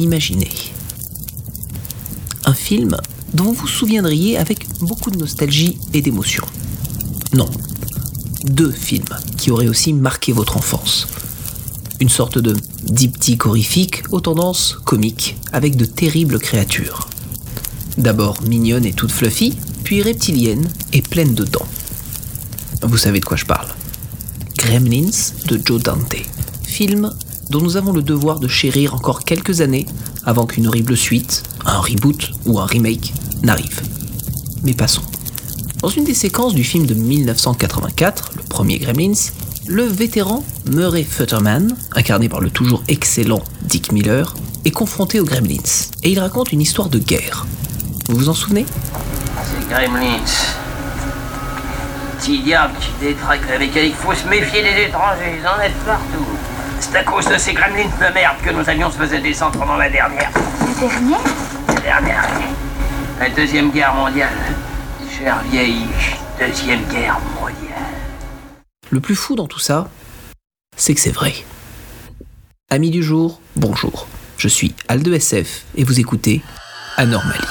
imaginez. Un film dont vous vous souviendriez avec beaucoup de nostalgie et d'émotion. Non, 2 films qui auraient aussi marqué votre enfance. Une sorte de diptyque horrifique aux tendances comiques avec de terribles créatures. D'abord mignonne et toute fluffy, puis reptilienne et pleine de dents. Vous savez de quoi je parle. Gremlins de Joe Dante. Film dont nous avons le devoir de chérir encore quelques années avant qu'une horrible suite, un reboot ou un remake n'arrive. Mais passons. Dans une des séquences du film de 1984, le premier Gremlins, le vétéran Murray Futterman, incarné par le toujours excellent Dick Miller, est confronté aux Gremlins et il raconte une histoire de guerre. Vous vous en souvenez ? Ces Gremlins. Petits diables qui détraquent avec il faut se méfier des étrangers, ils en êtes partout. C'est à cause de ces Gremlins de merde que nos avions se faisaient descendre pendant la dernière. La dernière ? La dernière, la Deuxième Guerre mondiale. Chère vieille Deuxième Guerre mondiale. Le plus fou dans tout ça, c'est que c'est vrai. Amis du jour, bonjour. Je suis Al2SF et vous écoutez Anormalie.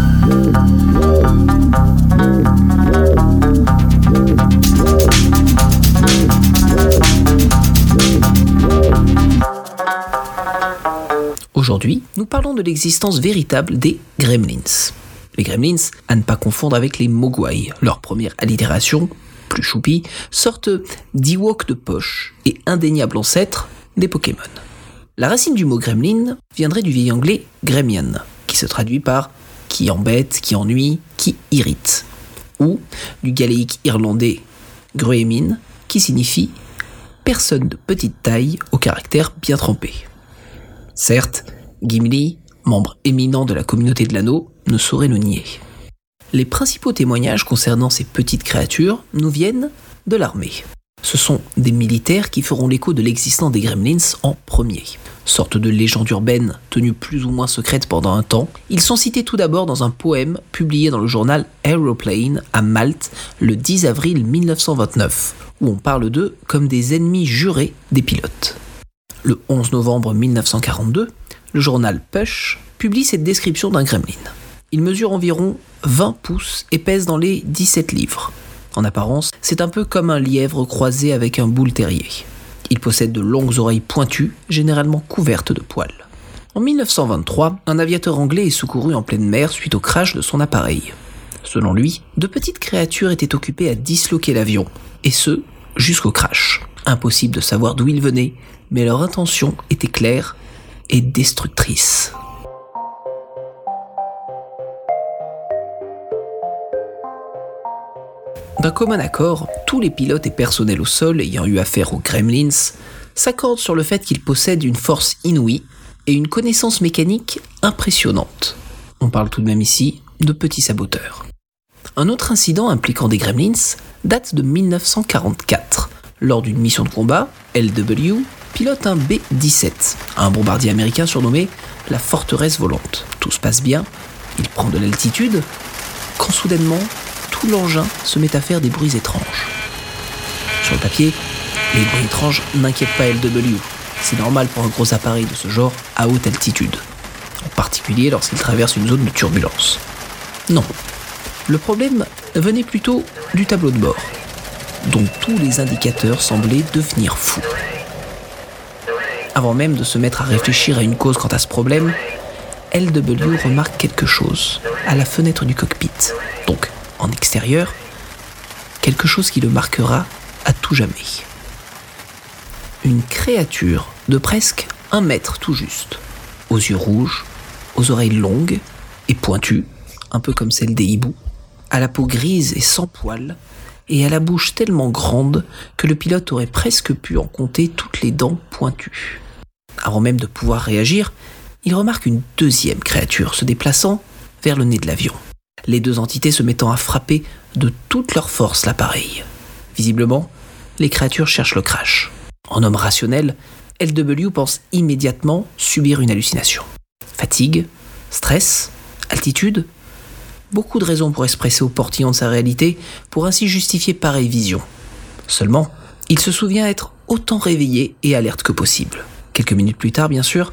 Aujourd'hui, nous parlons de l'existence véritable des Gremlins. Les Gremlins, à ne pas confondre avec les Mogwai, leur première allitération, plus choupi, sorte d'Ewok de poche et indéniable ancêtre des Pokémon. La racine du mot Gremlin viendrait du vieil anglais Gremlin, qui se traduit par « qui embête, qui ennuie, qui irrite », ou du gaélique irlandais Gruemin, qui signifie « personne de petite taille au caractère bien trempé ». Certes, Gimli, membre éminent de la communauté de l'anneau, ne saurait le nier. Les principaux témoignages concernant ces petites créatures nous viennent de l'armée. Ce sont des militaires qui feront l'écho de l'existence des Gremlins en premier. Sorte de légende urbaine tenue plus ou moins secrète pendant un temps, ils sont cités tout d'abord dans un poème publié dans le journal Aeroplane à Malte le 10 avril 1929, où on parle d'eux comme des ennemis jurés des pilotes. Le 11 novembre 1942, le journal Push publie cette description d'un gremlin. Il mesure environ 20 pouces et pèse dans les 17 livres. En apparence, c'est un peu comme un lièvre croisé avec un bull terrier. Il possède de longues oreilles pointues, généralement couvertes de poils. En 1923, un aviateur anglais est secouru en pleine mer suite au crash de son appareil. Selon lui, de petites créatures étaient occupées à disloquer l'avion, et ce, jusqu'au crash. Impossible de savoir d'où ils venaient, mais leur intention était claire et destructrice. D'un commun accord, tous les pilotes et personnels au sol ayant eu affaire aux Gremlins s'accordent sur le fait qu'ils possèdent une force inouïe et une connaissance mécanique impressionnante. On parle tout de même ici de petits saboteurs. Un autre incident impliquant des Gremlins date de 1944. Lors d'une mission de combat, LW pilote un B-17, un bombardier américain surnommé la forteresse volante. Tout se passe bien, il prend de l'altitude, quand soudainement, tout l'engin se met à faire des bruits étranges. Sur le papier, les bruits étranges n'inquiètent pas LW. C'est normal pour un gros appareil de ce genre à haute altitude, en particulier lorsqu'il traverse une zone de turbulence. Non, le problème venait plutôt du tableau de bord, dont tous les indicateurs semblaient devenir fous. Avant même de se mettre à réfléchir à une cause quant à ce problème, LW remarque quelque chose à la fenêtre du cockpit, donc en extérieur, quelque chose qui le marquera à tout jamais. Une créature de presque 1 mètre tout juste, aux yeux rouges, aux oreilles longues et pointues, un peu comme celles des hiboux, à la peau grise et sans poils, et à la bouche tellement grande que le pilote aurait presque pu en compter toutes les dents pointues. Avant même de pouvoir réagir, il remarque une deuxième créature se déplaçant vers le nez de l'avion. Les deux entités se mettant à frapper de toute leur force l'appareil. Visiblement, les créatures cherchent le crash. En homme rationnel, LW pense immédiatement subir une hallucination. Fatigue, stress, altitude, beaucoup de raisons pour expresser au portillon de sa réalité pour ainsi justifier pareille vision. Seulement, il se souvient être autant réveillé et alerte que possible. Quelques minutes plus tard, bien sûr,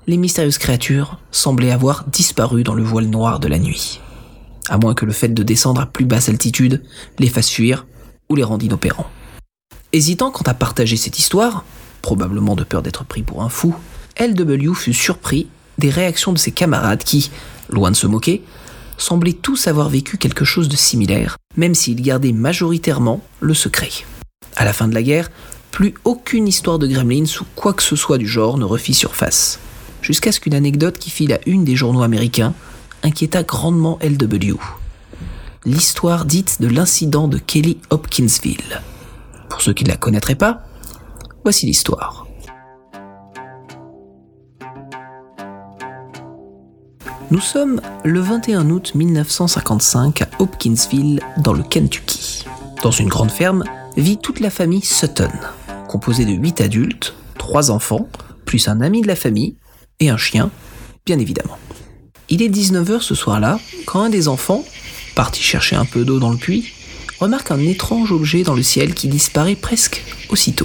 les mystérieuses créatures semblaient avoir disparu dans le voile noir de la nuit. À moins que le fait de descendre à plus basse altitude les fasse fuir ou les rende inopérants. Hésitant quant à partager cette histoire, probablement de peur d'être pris pour un fou, LW fut surpris des réactions de ses camarades qui, loin de se moquer, semblaient tous avoir vécu quelque chose de similaire, même s'ils gardaient majoritairement le secret. À la fin de la guerre, plus aucune histoire de Gremlins ou quoi que ce soit du genre ne refit surface, jusqu'à ce qu'une anecdote qui fit la une des journaux américains inquiéta grandement LW. L'histoire dite de l'incident de Kelly Hopkinsville. Pour ceux qui ne la connaîtraient pas, voici l'histoire. Nous sommes le 21 août 1955 à Hopkinsville, dans le Kentucky. Dans une grande ferme vit toute la famille Sutton, composée de 8 adultes, 3 enfants, plus un ami de la famille et un chien, bien évidemment. Il est 19h ce soir-là, quand un des enfants, parti chercher un peu d'eau dans le puits, remarque un étrange objet dans le ciel qui disparaît presque aussitôt.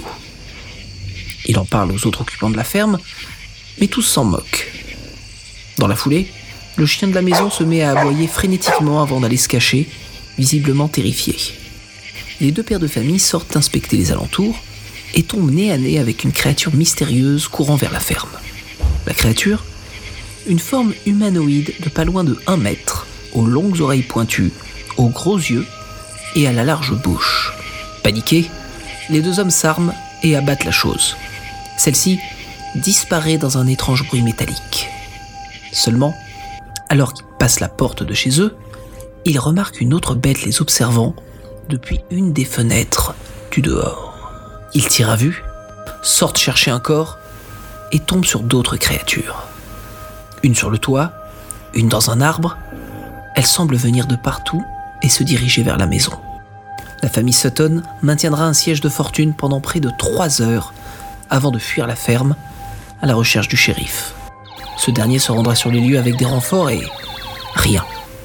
Il en parle aux autres occupants de la ferme, mais tous s'en moquent. Dans la foulée, le chien de la maison se met à aboyer frénétiquement avant d'aller se cacher, visiblement terrifié. Les 2 pères de famille sortent inspecter les alentours et tombent nez à nez avec une créature mystérieuse courant vers la ferme. La créature, une forme humanoïde de pas loin de 1 mètre, aux longues oreilles pointues, aux gros yeux et à la large bouche. Paniqués, les 2 hommes s'arment et abattent la chose. Celle-ci disparaît dans un étrange bruit métallique. Seulement, alors qu'ils passent la porte de chez eux, ils remarquent une autre bête les observant depuis une des fenêtres du dehors. Ils tirent à vue, sortent chercher un corps et tombent sur d'autres créatures. Une sur le toit, une dans un arbre. Elles semblent venir de partout et se diriger vers la maison. La famille Sutton maintiendra un siège de fortune pendant près de 3 heures avant de fuir la ferme à la recherche du shérif. Ce dernier se rendra sur les lieux avec des renforts et rien.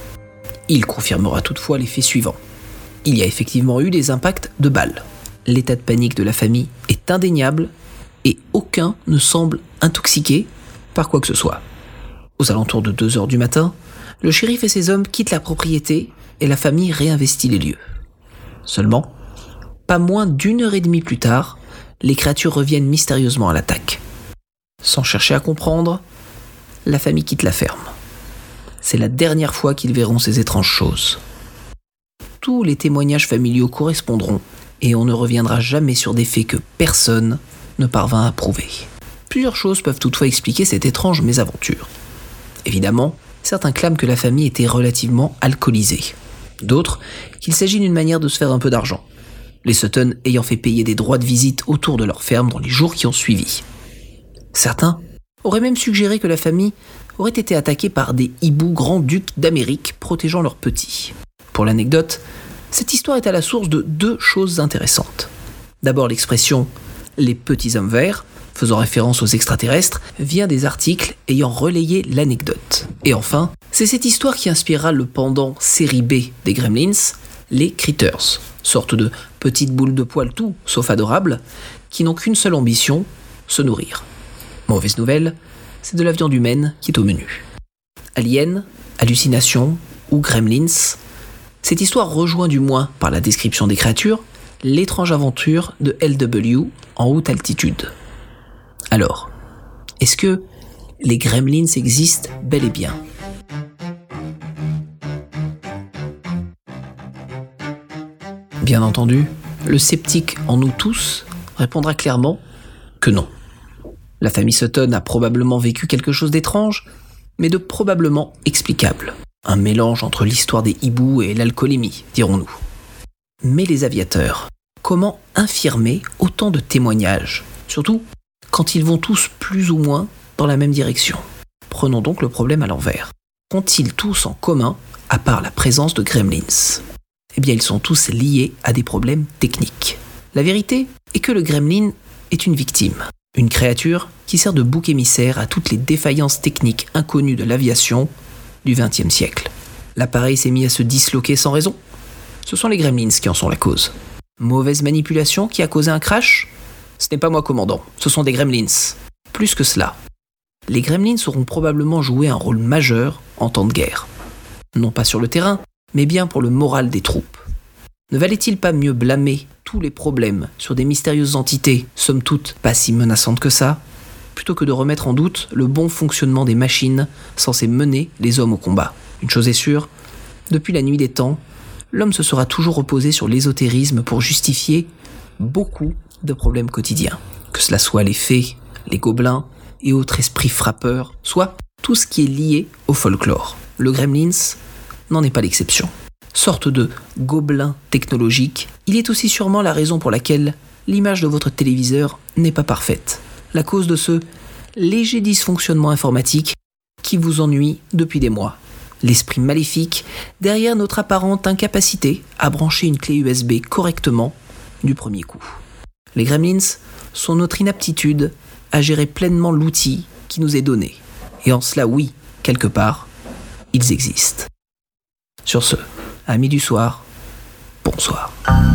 Il confirmera toutefois les faits suivants. Il y a effectivement eu des impacts de balles. L'état de panique de la famille est indéniable et aucun ne semble intoxiqué par quoi que ce soit. Aux alentours de 2h du matin, le shérif et ses hommes quittent la propriété et la famille réinvestit les lieux. Seulement, pas moins d'1h30 plus tard, les créatures reviennent mystérieusement à l'attaque. Sans chercher à comprendre, la famille quitte la ferme. C'est la dernière fois qu'ils verront ces étranges choses. Tous les témoignages familiaux correspondront et on ne reviendra jamais sur des faits que personne ne parvint à prouver. Plusieurs choses peuvent toutefois expliquer cette étrange mésaventure. Évidemment, certains clament que la famille était relativement alcoolisée. D'autres, qu'il s'agit d'une manière de se faire un peu d'argent. Les Sutton ayant fait payer des droits de visite autour de leur ferme dans les jours qui ont suivi. Certains auraient même suggéré que la famille aurait été attaquée par des hiboux grands-ducs d'Amérique protégeant leurs petits. Pour l'anecdote, cette histoire est à la source de 2 choses intéressantes. D'abord l'expression « les petits hommes verts », faisant référence aux extraterrestres, vient des articles ayant relayé l'anecdote. Et enfin, c'est cette histoire qui inspirera le pendant série B des Gremlins, les Critters, sorte de petites boules de poils tout sauf adorables, qui n'ont qu'une seule ambition, se nourrir. Mauvaise nouvelle, c'est de la viande humaine qui est au menu. Aliens, hallucinations ou Gremlins, cette histoire rejoint du moins par la description des créatures l'étrange aventure de LW en haute altitude. Alors, est-ce que les Gremlins existent bel et bien ? Bien entendu, le sceptique en nous tous répondra clairement que non. La famille Sutton a probablement vécu quelque chose d'étrange, mais de probablement explicable. Un mélange entre l'histoire des hiboux et l'alcoolémie, dirons-nous. Mais les aviateurs, comment infirmer autant de témoignages ? Surtout quand ils vont tous plus ou moins dans la même direction. Prenons donc le problème à l'envers. Qu'ont-ils tous en commun, à part la présence de Gremlins ? Eh bien, ils sont tous liés à des problèmes techniques. La vérité est que le Gremlin est une victime. Une créature qui sert de bouc émissaire à toutes les défaillances techniques inconnues de l'aviation du XXe siècle. L'appareil s'est mis à se disloquer sans raison. Ce sont les Gremlins qui en sont la cause. Mauvaise manipulation qui a causé un crash ? Ce n'est pas moi, commandant. Ce sont des Gremlins. Plus que cela. les Gremlins auront probablement joué un rôle majeur en temps de guerre. Non pas sur le terrain, mais bien pour le moral des troupes. Ne valait-il pas mieux blâmer tous les problèmes sur des mystérieuses entités, somme toute pas si menaçantes que ça, plutôt que de remettre en doute le bon fonctionnement des machines censées mener les hommes au combat? Une chose est sûre, depuis la nuit des temps, l'homme se sera toujours reposé sur l'ésotérisme pour justifier beaucoup de problèmes quotidiens. Que cela soit les fées, les gobelins et autres esprits frappeurs, soit tout ce qui est lié au folklore. Le Gremlins n'en est pas l'exception. Sorte de gobelin technologique, il est aussi sûrement la raison pour laquelle l'image de votre téléviseur n'est pas parfaite. La cause de ce léger dysfonctionnement informatique qui vous ennuie depuis des mois. L'esprit maléfique derrière notre apparente incapacité à brancher une clé USB correctement du premier coup. Les Gremlins sont notre inaptitude à gérer pleinement l'outil qui nous est donné. Et en cela, oui, quelque part, ils existent. Sur ce, amis du soir, bonsoir.